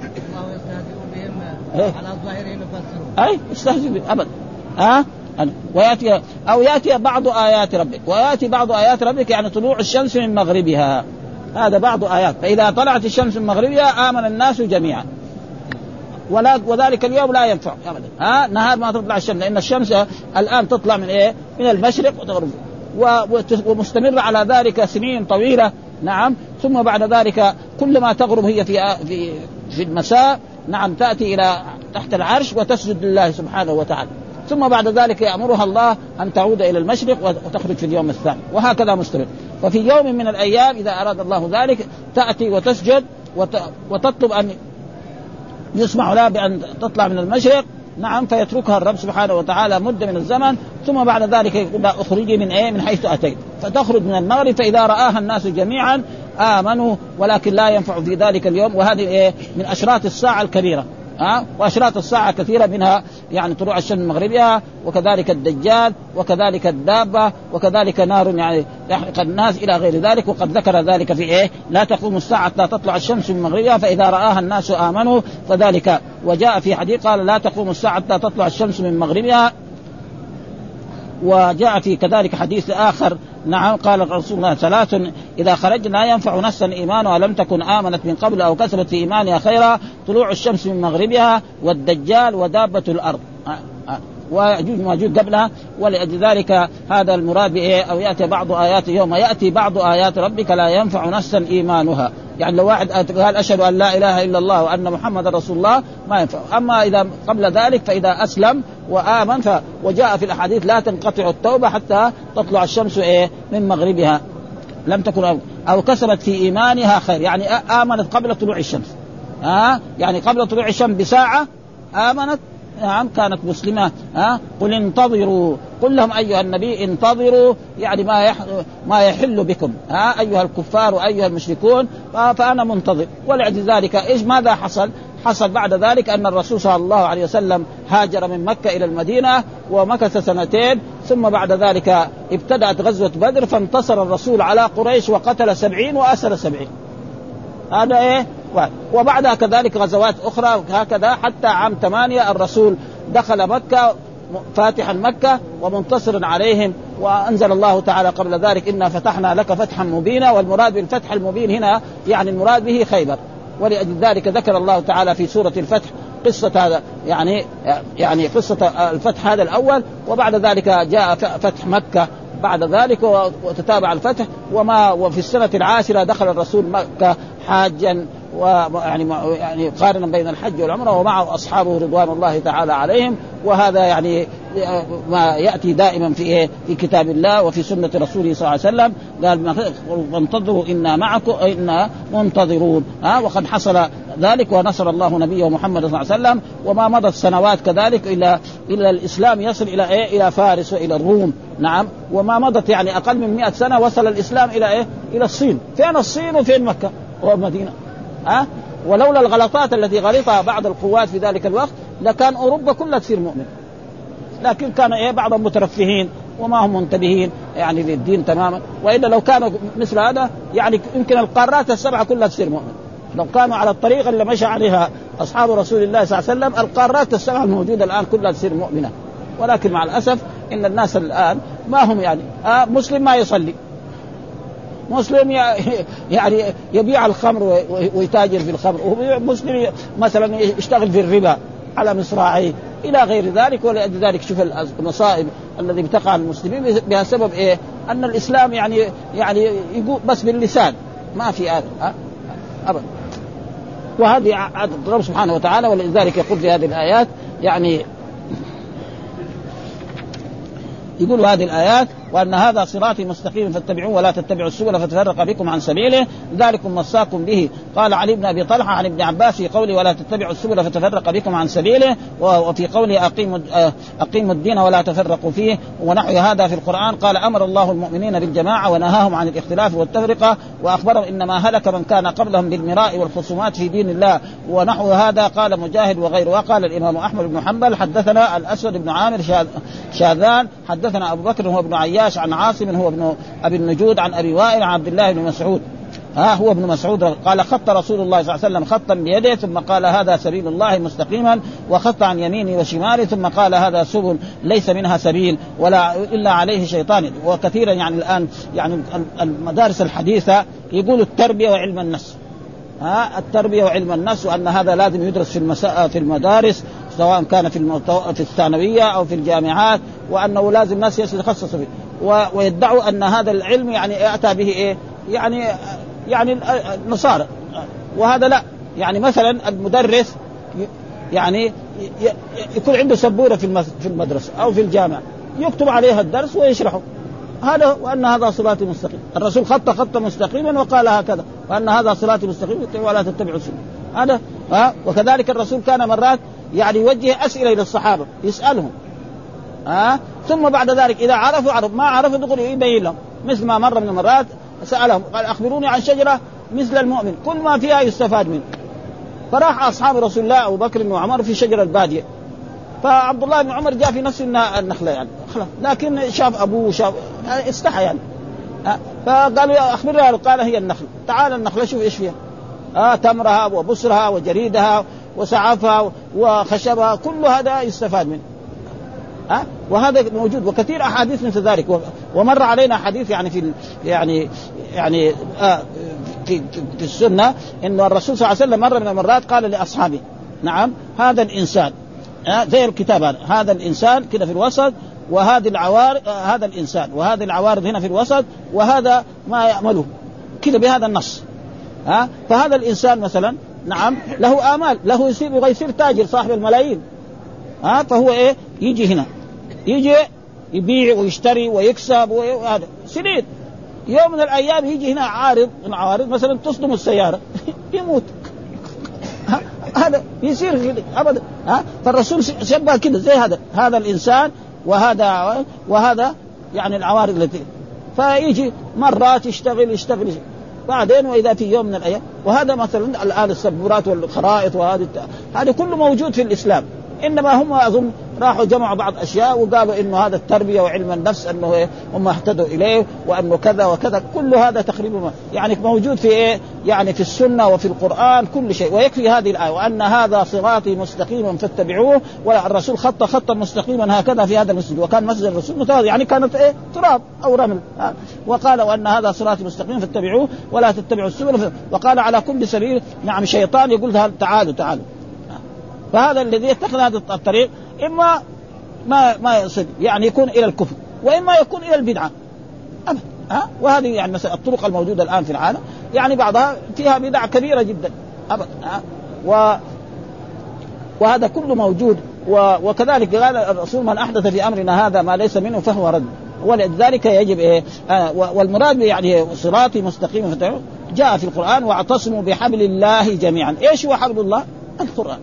على الظاهرين يفسرون أي استهزئ أبدا. آه ويأتي أو يأتي بعض آيات ربك ويأتي بعض آيات ربك يعني طلوع الشمس من مغربها، هذا بعض آيات. فإذا طلعت الشمس من مغربها آمن الناس جميعا. ولا وذلك اليوم لا ينفع أبدا. ها نهار ما تطلع الشمس، لأن الشمس الآن تطلع من إيه؟ من المشرق وتغرب، ومستمر على ذلك سنين طويلة. نعم. ثم بعد ذلك كل ما تغرب هي في في في المساء نعم تأتي إلى تحت العرش وتسجد لله سبحانه وتعالى، ثم بعد ذلك يأمرها الله أن تعود إلى المشرق وتخرج في اليوم الثاني، وهكذا مستمر. ففي يوم من الأيام إذا أراد الله ذلك تأتي وتسجد وتطلب أن يسمع لها بأن تطلع من المشرق. نعم. فيتركها الرب سبحانه وتعالى مدة من الزمن، ثم بعد ذلك يقول أخرجي من إيه؟ من حيث أتيت، فتخرج من المغرب، فإذا رآها الناس جميعا آمنوا، ولكن لا ينفع في ذلك اليوم. وهذه إيه؟ من أشراط الساعة الكبيرة. ها؟ وأشراط الساعة كثيرة، منها يعني طلوع الشمس من مغربها، وكذلك الدجال، وكذلك الدابة، وكذلك نار يعني يحرق الناس إلى غير ذلك. وقد ذكر ذلك في إيه؟ لا تقوم الساعة لا تطلع الشمس من مغربها فإذا رآها الناس آمنوا فذلك. وجاء في حديث قال لا تقوم الساعة لا تطلع الشمس من مغربها. وجاء في كذلك حديث آخر نعم قال رسول الله ثلاث إذا خرجنا لا ينفع نفسا إيمانها لم تكن آمنت من قبل أو كسبت في إيمانها خيرا: طلوع الشمس من مغربها، والدجال، ودابة الأرض. ويأجوج وماجوج قبلها. ولذلك هذا المراد بإيه؟ أو يأتي بعض آيات يوم يأتي بعض آيات ربك لا ينفع نفسا إيمانها، يعني لو واحد قال أشهد أن لا إله إلا الله وأن محمد رسول الله ما ينفع. أما إذا قبل ذلك فإذا أسلم وآمن ف... وجاء في الأحاديث لا تنقطع التوبة حتى تطلع الشمس إيه؟ من مغربها لم تكن أو, أو كسبت في إيمانها خير، يعني آمنت قبل طلوع الشمس. ها آه؟ يعني قبل طلوع الشمس بساعة آمنت. نعم كانت مسلمة. ها قل انتظروا، قل لهم أيها النبي انتظروا، يعني ما يح... ما يحل بكم ها أيها الكفار وأيها المشركون، فأنا منتظر. ولذلك إيش ماذا حصل؟ حصل بعد ذلك أن الرسول صلى الله عليه وسلم هاجر من مكة إلى المدينة ومكث سنتين، ثم بعد ذلك ابتدأت غزوة بدر، فانتصر الرسول على قريش وقتل سبعين وأسر سبعين. هذا إيه؟ وبعدها كذلك غزوات أخرى هكذا حتى عام ثمانية الرسول دخل مكة فاتحا مكة ومنتصر عليهم، وأنزل الله تعالى قبل ذلك إنا فتحنا لك فتحا مبينا. والمراد بالفتح المبين هنا يعني المراد به خيبر. ولذلك ذكر الله تعالى في سورة الفتح قصة هذا يعني يعني قصة الفتح هذا الأول، وبعد ذلك جاء فتح مكة بعد ذلك وتتابع الفتح. وما وفي السنة العاشرة دخل الرسول مكة حاجا، ويعني يعني قارنا بين الحج والعمرة، ومعه أصحابه رضوان الله تعالى عليهم. وهذا يعني ما يأتي دائما في في كتاب الله وفي سنة رسوله صلى الله عليه وسلم، قال وانتظروا إنا معكم إنا منتظرون. ها وقد حصل ذلك ونصر الله نبيه محمد صلى الله عليه وسلم. وما مضت سنوات كذلك إلى إلى الإسلام يصل إلى إيه؟ إلى فارس وإلى الروم. نعم. وما مضت يعني أقل من مئة سنة وصل الإسلام إلى إيه؟ إلى الصين. فين الصين وفين مكة والمدينة؟ ها ولولا الغلطات التي غلطها بعض القوات في ذلك الوقت لكان أوروبا كلها تصير مؤمن، لكن كان إيه بعضهم مترفهين وما هم منتبهين يعني للدين تماما. وإلا لو كانوا مثل هذا يعني يمكن القارات السبعة كلها تصير مؤمن، لو كانوا على الطريقة اللي مشى عليها أصحاب رسول الله صلى الله عليه وسلم القارات السبعة الموجودة الآن كلها تصير مؤمنة. ولكن مع الأسف إن الناس الآن ما هم يعني آه مسلم ما يصلي، مسلم يعني يبيع الخمر ويتاجر في الخمر، ومسلم مثلا يشتغل في الربا على مصراعيه إلى غير ذلك. ولذلك شوف المصائب الذي بتقع المسلمين بسبب إيه؟ أن الإسلام يعني يعني يقول بس باللسان ما في هذا أبدا. وهذه عادة الرب سبحانه وتعالى. ولذلك يقول في هذه الآيات يعني يقول هذه الآيات وأن هذا صراطي مستقيم فاتبعوه ولا تتبعوا السبل فتفرق بكم عن سبيله ذلكم وصاكم به. قال علي بن أبي طلحة عن ابن عباس في قوله ولا تتبعوا السبل فتفرق بكم عن سبيله، وفي قوله أقيموا أقيموا الدين ولا تفرقوا فيه ونحو هذا في القرآن. قال أمر الله المؤمنين بالجماعة ونهاهم عن الاختلاف والتفرقة، وأخبرهم إنما هلك من كان قبلهم بالمراء والخصومات في دين الله ونحو هذا. قال مجاهد وغيره. وقال الإمام أحمد بن حنبل حدثنا الأسود بن عامر شاذان حدثنا أبو بكر هو ابن عياش عن عاصم هو ابن أبي النجود عن أبي وائل عن عبد الله بن مسعود ها هو ابن مسعود قال خط رسول الله صلى الله عليه وسلم خطا بيده ثم قال هذا سبيل الله مستقيما، وخط عن يمينه وشماله ثم قال هذا سبل ليس منها سبيل ولا إلا عليه شيطان. وكثيرا يعني الآن يعني المدارس الحديثة يقولوا التربية وعلم النفس، ها التربية وعلم النفس، وأن هذا لازم يدرس في المسا... في المدارس سواء كان في المتو... في الثانوية أو في الجامعات، وأنه لازم الناس يتخصصوا فيه، و... ويدعوا أن هذا العلم يعني أتى به إيه يعني يعني النصارى، وهذا لا. يعني مثلا المدرس يعني يكون عنده سبورة في في المدرسة أو في الجامعة يكتب عليها الدرس ويشرحه، هذا وأن هذا صراطي مستقيم. الرسول خط خط مستقيما وقال هكذا، وأن هذا صراطي مستقيم ولا تتبعوا السبل. هذا ها. وكذلك الرسول كان مرات يعني يوجه أسئلة إلى الصحابة يسألهم، ها ثم بعد ذلك إذا عرفوا عرف، ما عرفوا دخل يبين لهم. مثل ما مرة من المرات سألهم قال أخبروني عن شجرة مثل المؤمن كل ما فيها يستفاد منه. فراح أصحاب رسول الله أبو بكر وعمر في شجرة البادية، فعبد الله بن عمر جاء في نفس النخلة يعني خلاص، لكن شاف أبوه شاف استحى يعني، فقالوا أخبرنا، قال هي النخلة، تعال النخلة شوف إيش فيها، آه تمرها وبصرها وجريدها وسعفها وخشبها كل هذا يستفاد منه. أه؟ وهذا موجود وكثير أحاديث مثل ذلك. ومر علينا حديث يعني في يعني يعني آه في, في السنة إن الرسول صلى الله عليه وسلم مرة من المرات قال لأصحابه نعم هذا الإنسان آه زي الكتاب هذا، هذا الإنسان كده في الوسط، وهذه العوارض آه هذا الإنسان وهذه العوارض هنا في الوسط، وهذا ما يعمله كده بهذا النص. ها آه فهذا الإنسان مثلا نعم له آمال، له يصير يبغى يصير تاجر صاحب الملايين، ها آه فهو إيه يجي هنا يجي يبيع ويشتري ويكسب وهذا سنين. يوم من الأيام يجي هنا عارض من عوارض مثلا تصدم السيارة يموت، هذا يصير أبدا. ها فالرسول شبه كده زي هذا هذا الإنسان وهذا وهذا يعني العوارض التي فيجي مرات يشتغل يشتغل بعدين وإذا في يوم من الأيام. وهذا مثلا الآن السبورات والخرائط وهذا هذا كله موجود في الإسلام، إنما هم أظن راحوا جمعوا بعض أشياء وقالوا إنه هذا التربية وعلم النفس أنه هم اهتدوا إليه وأنه كذا وكذا، كل هذا تقريبا يعني موجود في إيه يعني في السنة وفي القرآن كل شيء. ويكفي هذه الآية وأن هذا صراطي مستقيما فاتبعوه، والرسول خط خطا مستقيما هكذا في هذا المسجد، وكان مسجد الرسول متواضع يعني كانت إيه تراب أو رمل، وقال وأن هذا صراطي مستقيما فاتبعوه ولا تتبعوا السبل، وقال على كل سبيل نعم شيطان يقول تعالوا تعالوا. فهذا الذي يتخذ هذا الطريق إما ما ما يصل يعني يكون إلى الكفر، وإما يكون إلى البدعة أبدا. ها وهذه يعني مثلا الطرق الموجودة الآن في العالم يعني بعضها فيها بدع كبيرة جدا أبدا. ها و وهذا كله موجود. و وكذلك قال الرسول من أحدث في أمرنا هذا ما ليس منه فهو رد، ولذلك يجب إيه آه والمراد يعني صراطي مستقيم جاء في القرآن واعتصموا بحبل الله جميعا. إيش هو حبل الله؟ القرآن.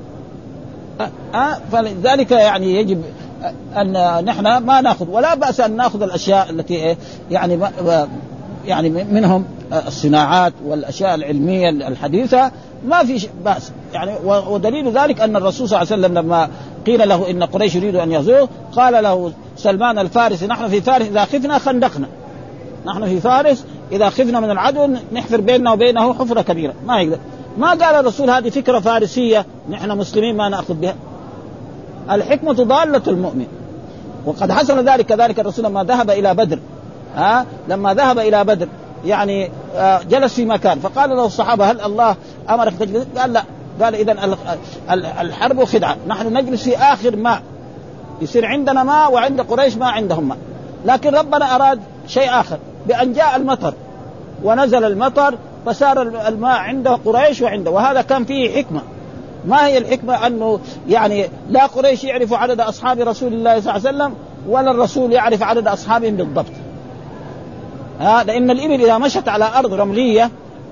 أه فلذلك يعني يجب أن نحن ما نأخذ، ولا بأس أن نأخذ الأشياء التي يعني يعني منهم الصناعات والأشياء العلمية الحديثة ما في بأس يعني. ودليل ذلك أن الرسول صلى الله عليه وسلم لما قيل له إن قريش يريد أن يغزوه قال له سلمان الفارسي نحن في فارس إذا خفنا خندقنا، نحن في فارس إذا خفنا من العدو نحفر بيننا وبينه حفرة كبيرة ما يقدر. ما قال الرسول هذه فكرة فارسية نحن مسلمين ما نأخذ بها. الحكمة ضالة المؤمن، وقد حصل ذلك. كذلك الرسول لما ذهب إلى بدر ها لما ذهب إلى بدر يعني آه جلس في مكان فقال له الصحابة هل الله أمرك تجلس؟ قال لا. قال إذن الحرب خدعة، نحن نجلس في آخر ماء يصير عندنا ماء وعند قريش ما عندهم ماء، لكن ربنا أراد شيء آخر بأن جاء المطر ونزل المطر فصار الماء عنده قريش وعنده، وهذا كان فيه حكمة. ما هي الحكمة؟ أنه يعني لا قريش يعرف عدد أصحاب رسول الله صلى الله عليه وسلم ولا الرسول يعرف عدد أصحابهم بالضبط. ها لأن الإبل إذا مشت على أرض رملية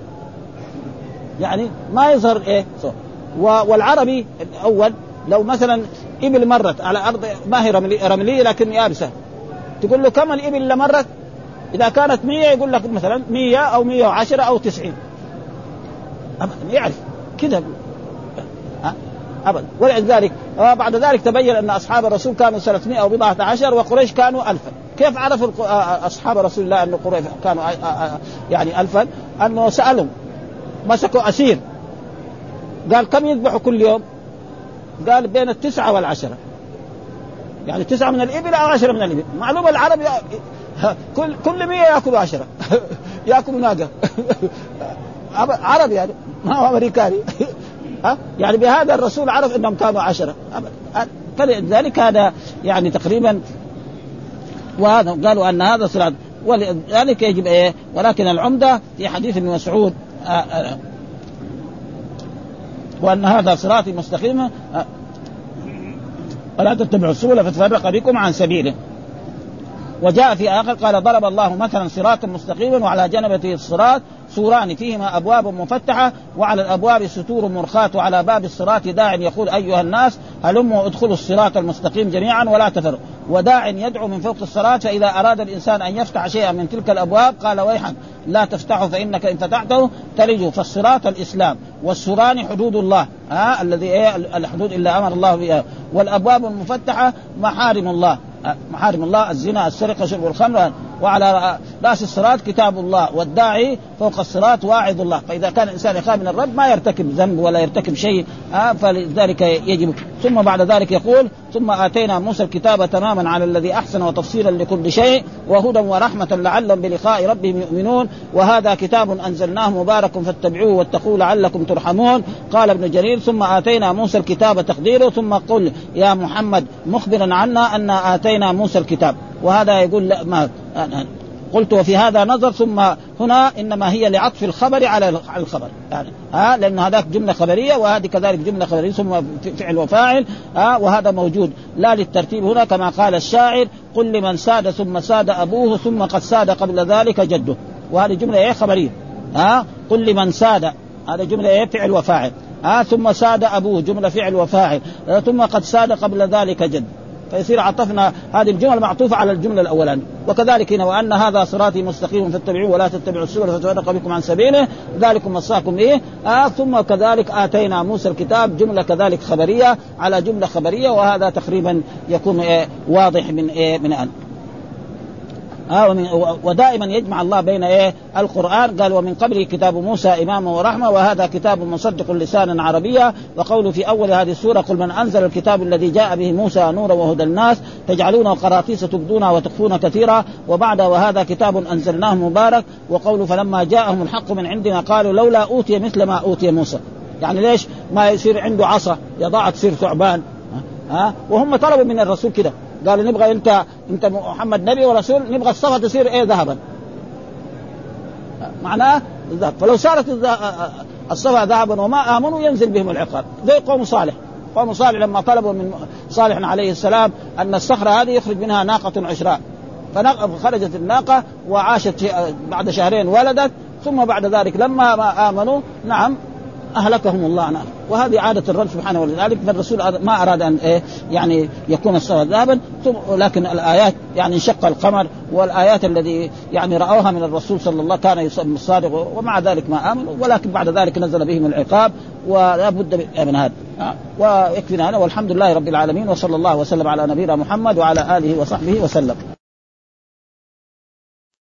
يعني ما يظهر إيه. والعربي الأول لو مثلا إبل مرت على أرض ما هي رملية لكن يابسة تقول له كم الإبل اللي مرت؟ إذا كانت مية يقول لك مثلا مية أو مية وعشرة أو تسعين، أبدا يعرف كده أبدا. ولذلك بعد ذلك تبين أن أصحاب الرسول كانوا ثلاثمائة أو بضعة عشر وقريش كانوا ألفا. كيف عرفوا أصحاب رسول الله أن قريش كانوا يعني ألفا؟ أنه سألهم مسكوا أسير قال كم يذبحوا كل يوم؟ قال بين التسعة والعشرة، يعني تسعة من الإبل أو عشرة من الإبل. معلومة العرب كل كل مية يأكل عشرة يأكل ناقة عربي يعني ما هو أمريكاني ها يعني بهذا الرسول عرف أنهم كانوا عشرة فلذلك هذا يعني تقريبا. وهذا قالوا أن هذا صراط ولذلك يجب إيه. ولكن العمدة في حديث ابن مسعود آه آه وأن هذا صراطي مستقيما آه ولا تتبعوا السبل فتفرق بكم عن سبيله. وجاء في آخر قال ضرب الله مثلا صراطا مستقيما وعلى جنبته الصراط سوران فيهما أبواب مفتحة وعلى الأبواب ستور مرخاة وعلى باب الصراط داع يقول أيها الناس هلموا ادخلوا الصراط المستقيم جميعا ولا تفرقوا وداع يدعو من فوق الصراط فإذا أراد الإنسان أن يفتح شيئا من تلك الأبواب قال ويحك لا تفتحه فإنك إن فتحته تلجه. فالصراط الإسلام والسوران حدود الله ها الذي إيه الحدود إلا أمر الله بها والأبواب المفتحة محارم الله محارم الله الزنا السرقة شرب الخمر. وعلى رأس الصراط كتاب الله والداعي فوق الصراط واعظ الله. فإذا كان الإنسان يخاف من الرب ما يرتكب ذنب ولا يرتكب شيء آه فلذلك يجب. ثم بعد ذلك يقول ثم آتينا موسى الكتاب تماما على الذي أحسن وتفصيلا لكل شيء وهدى ورحمة لعلهم بلقاء ربهم يؤمنون وهذا كتاب أنزلناه مبارك فاتبعوه واتقوا لعلكم ترحمون. قال ابن جرير ثم آتينا موسى الكتاب تقديره ثم قل يا محمد مخبرا عنا أن آتينا موسى الكتاب. وهذا يقول لا ما قلت وفي هذا نظر ثم هنا إنما هي لعطف الخبر على الخبر يعني ها لأن هذاك جملة خبرية وهذه كذلك جملة خبرية ثم فعل وفاعل ها وهذا موجود لا للترتيب هنا كما قال الشاعر قل لمن ساد ثم ساد أبوه ثم قد ساد قبل ذلك جده. وهذه جملة إيه خبرية ها قل لمن ساد هذا جملة إيه فعل وفاعل ها ثم ساد أبوه جملة فعل وفاعل ثم قد ساد قبل ذلك جد فيصير عطفنا هذه الجمل معطوفة على الجملة الأولانية. وكذلك هنا وأن هذا صراطي مستقيم فاتبعوه ولا تتبعوا السبل فتفرق بكم عن سبيله ذلكم وصاكم به آه ثم كذلك آتينا موسى الكتاب جملة كذلك خبرية على جملة خبرية وهذا تقريبا يكون إيه واضح من إيه من أن آه ودائما يجمع الله بين إيه القرآن قال ومن قبله كتاب موسى إماما ورحمة وهذا كتاب مصدق لسانا عربيا. وقوله في أول هذه السورة قل من أنزل الكتاب الذي جاء به موسى نورا وهدى الناس تجعلونه قراطيس تبدونها وتخفون كثيرا. وبعد وهذا كتاب أنزلناه مبارك. وقوله فلما جاءهم الحق من عندنا قالوا لولا أوتي مثل ما أوتي موسى يعني ليش ما يصير عنده عصا يضاع تصير ثعبان ها وهم طلبوا من الرسول كده قالوا نبغى انت انت محمد نبي ورسول نبغى الصفا تصير ايه ذهبا معناه الذهب. فلو صارت الصفا ذهبا وما امنوا ينزل بهم العقاب زي قوم صالح. قوم صالح لما طلبوا من صالح عليه السلام ان الصخره هذه يخرج منها ناقه عشراء فخرجت الناقه وعاشت بعد شهرين ولدت ثم بعد ذلك لما ما امنوا نعم أهلكهم الله نعم. وهذه عادة الرب سبحانه وتعالى. الرسول ما أراد أن إيه يعني يكون الصفا ذهبا لكن الآيات يعني انشق القمر والآيات الذي يعني رأوها من الرسول صلى الله كان يصدق الصادق ومع ذلك ما آمنوا ولكن بعد ذلك نزل بهم العقاب ولا بد من هذا. ويكفينا هذا والحمد لله رب العالمين وصلى الله وسلم على نبينا محمد وعلى آله وصحبه وسلم.